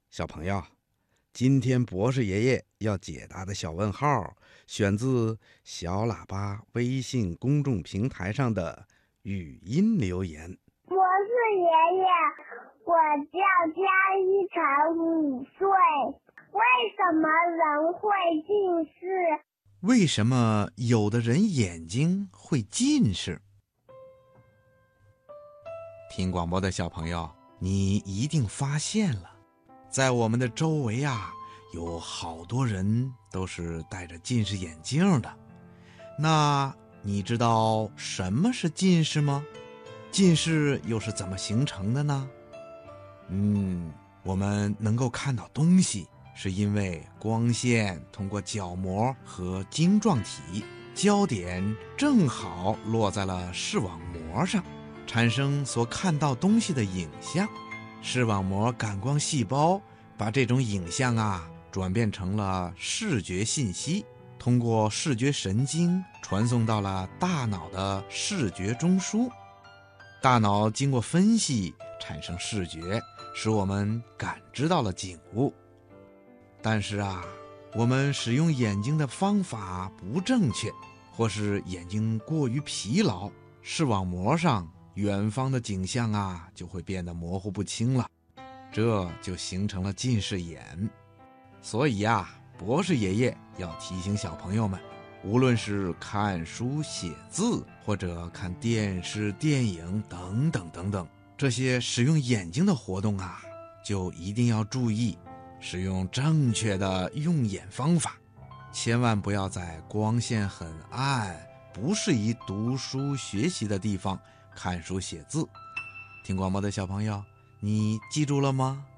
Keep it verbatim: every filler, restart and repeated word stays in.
小朋友，今天博士爷爷要解答的小问号，选自小喇叭微信公众平台上的语音留言。 博士爷爷，我叫加一成，五岁。为什么人会近视？ 为什么有的人眼睛会近视？听广播的小朋友，你一定发现了，在我们的周围啊，有好多人都是戴着近视眼镜的。那你知道什么是近视吗？近视又是怎么形成的呢？嗯，我们能够看到东西，是因为光线通过角膜和晶状体，焦点正好落在了视网膜上，产生所看到东西的影像。视网膜感光细胞把这种影像啊转变成了视觉信息，通过视觉神经传送到了大脑的视觉中枢。大脑经过分析产生视觉，使我们感知到了景物。但是啊，我们使用眼睛的方法不正确，或是眼睛过于疲劳，视网膜上远方的景象啊就会变得模糊不清了，这就形成了近视眼。所以啊，博士爷爷要提醒小朋友们，无论是看书写字，或者看电视电影等等等等，这些使用眼睛的活动啊，就一定要注意使用正确的用眼方法，千万不要在光线很暗、不适宜读书学习的地方看书写字。听广播的小朋友，你记住了吗？